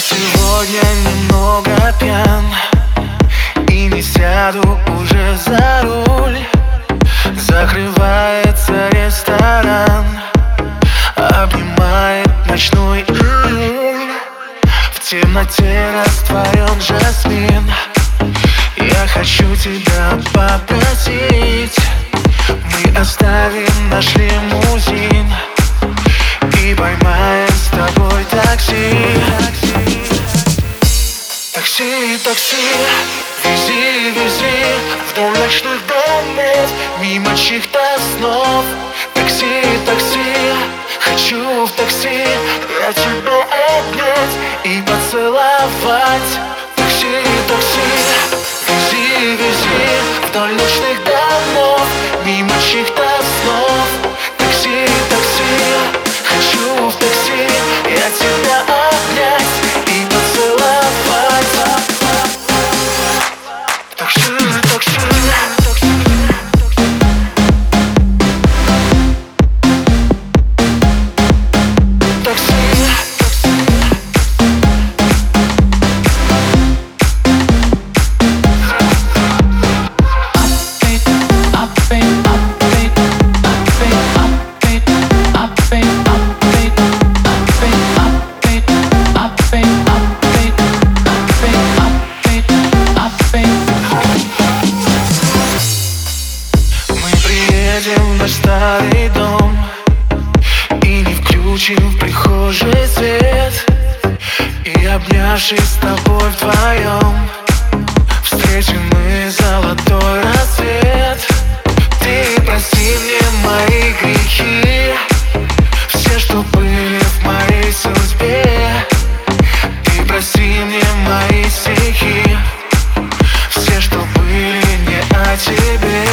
сегодня немного пьян и не сяду уже за руль. Закрывается ресторан, обнимает ночной июль. В темноте растворен жасмин. Я хочу тебя попросить, мы оставим наш лимузин и поймаем с тобой такси. Такси, такси, вези, вези вдоль ночных домов, мимо чьих-то снов. Такси, такси, хочу в такси я тебя обнять и поцеловать. Такси, такси, вези, вези вдоль ночных домов, мимо чьих-то снов. Такси, такси, хочу в такси я тебя обнять и поцеловать. Такси, такси, в наш старый дом и не включим в прихожей свет, и обнявшись с тобой вдвоем встретим мы золотой рассвет. Ты прости мне мои грехи, все, что были в моей судьбе. Ты прости мне мои стихи, все, что были не о тебе.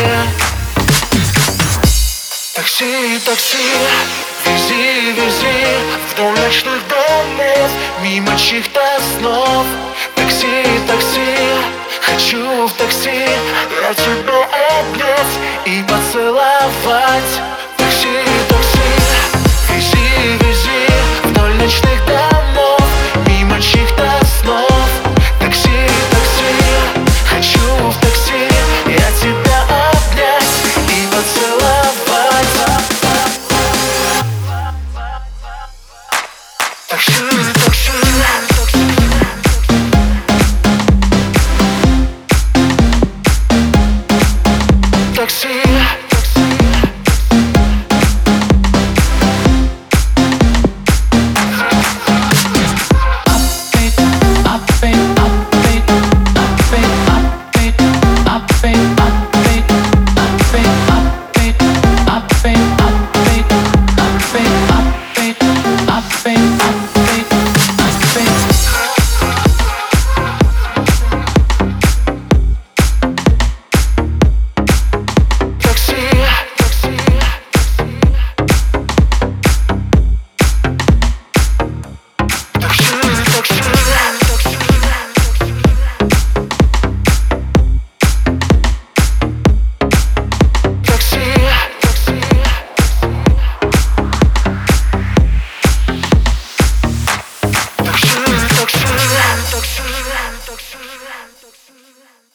Такси, такси, вези, вези вдоль ночных домов, мимо чьих-то снов. Такси, такси, хочу в такси я тебя обнять и поцеловать. Такси, такси, вези, вези вдоль ночных домов, мимо чьих-то снов. Такси, такси, хочу в такси я тебя обнять и поцеловать. Такси, такси, такси. Такси.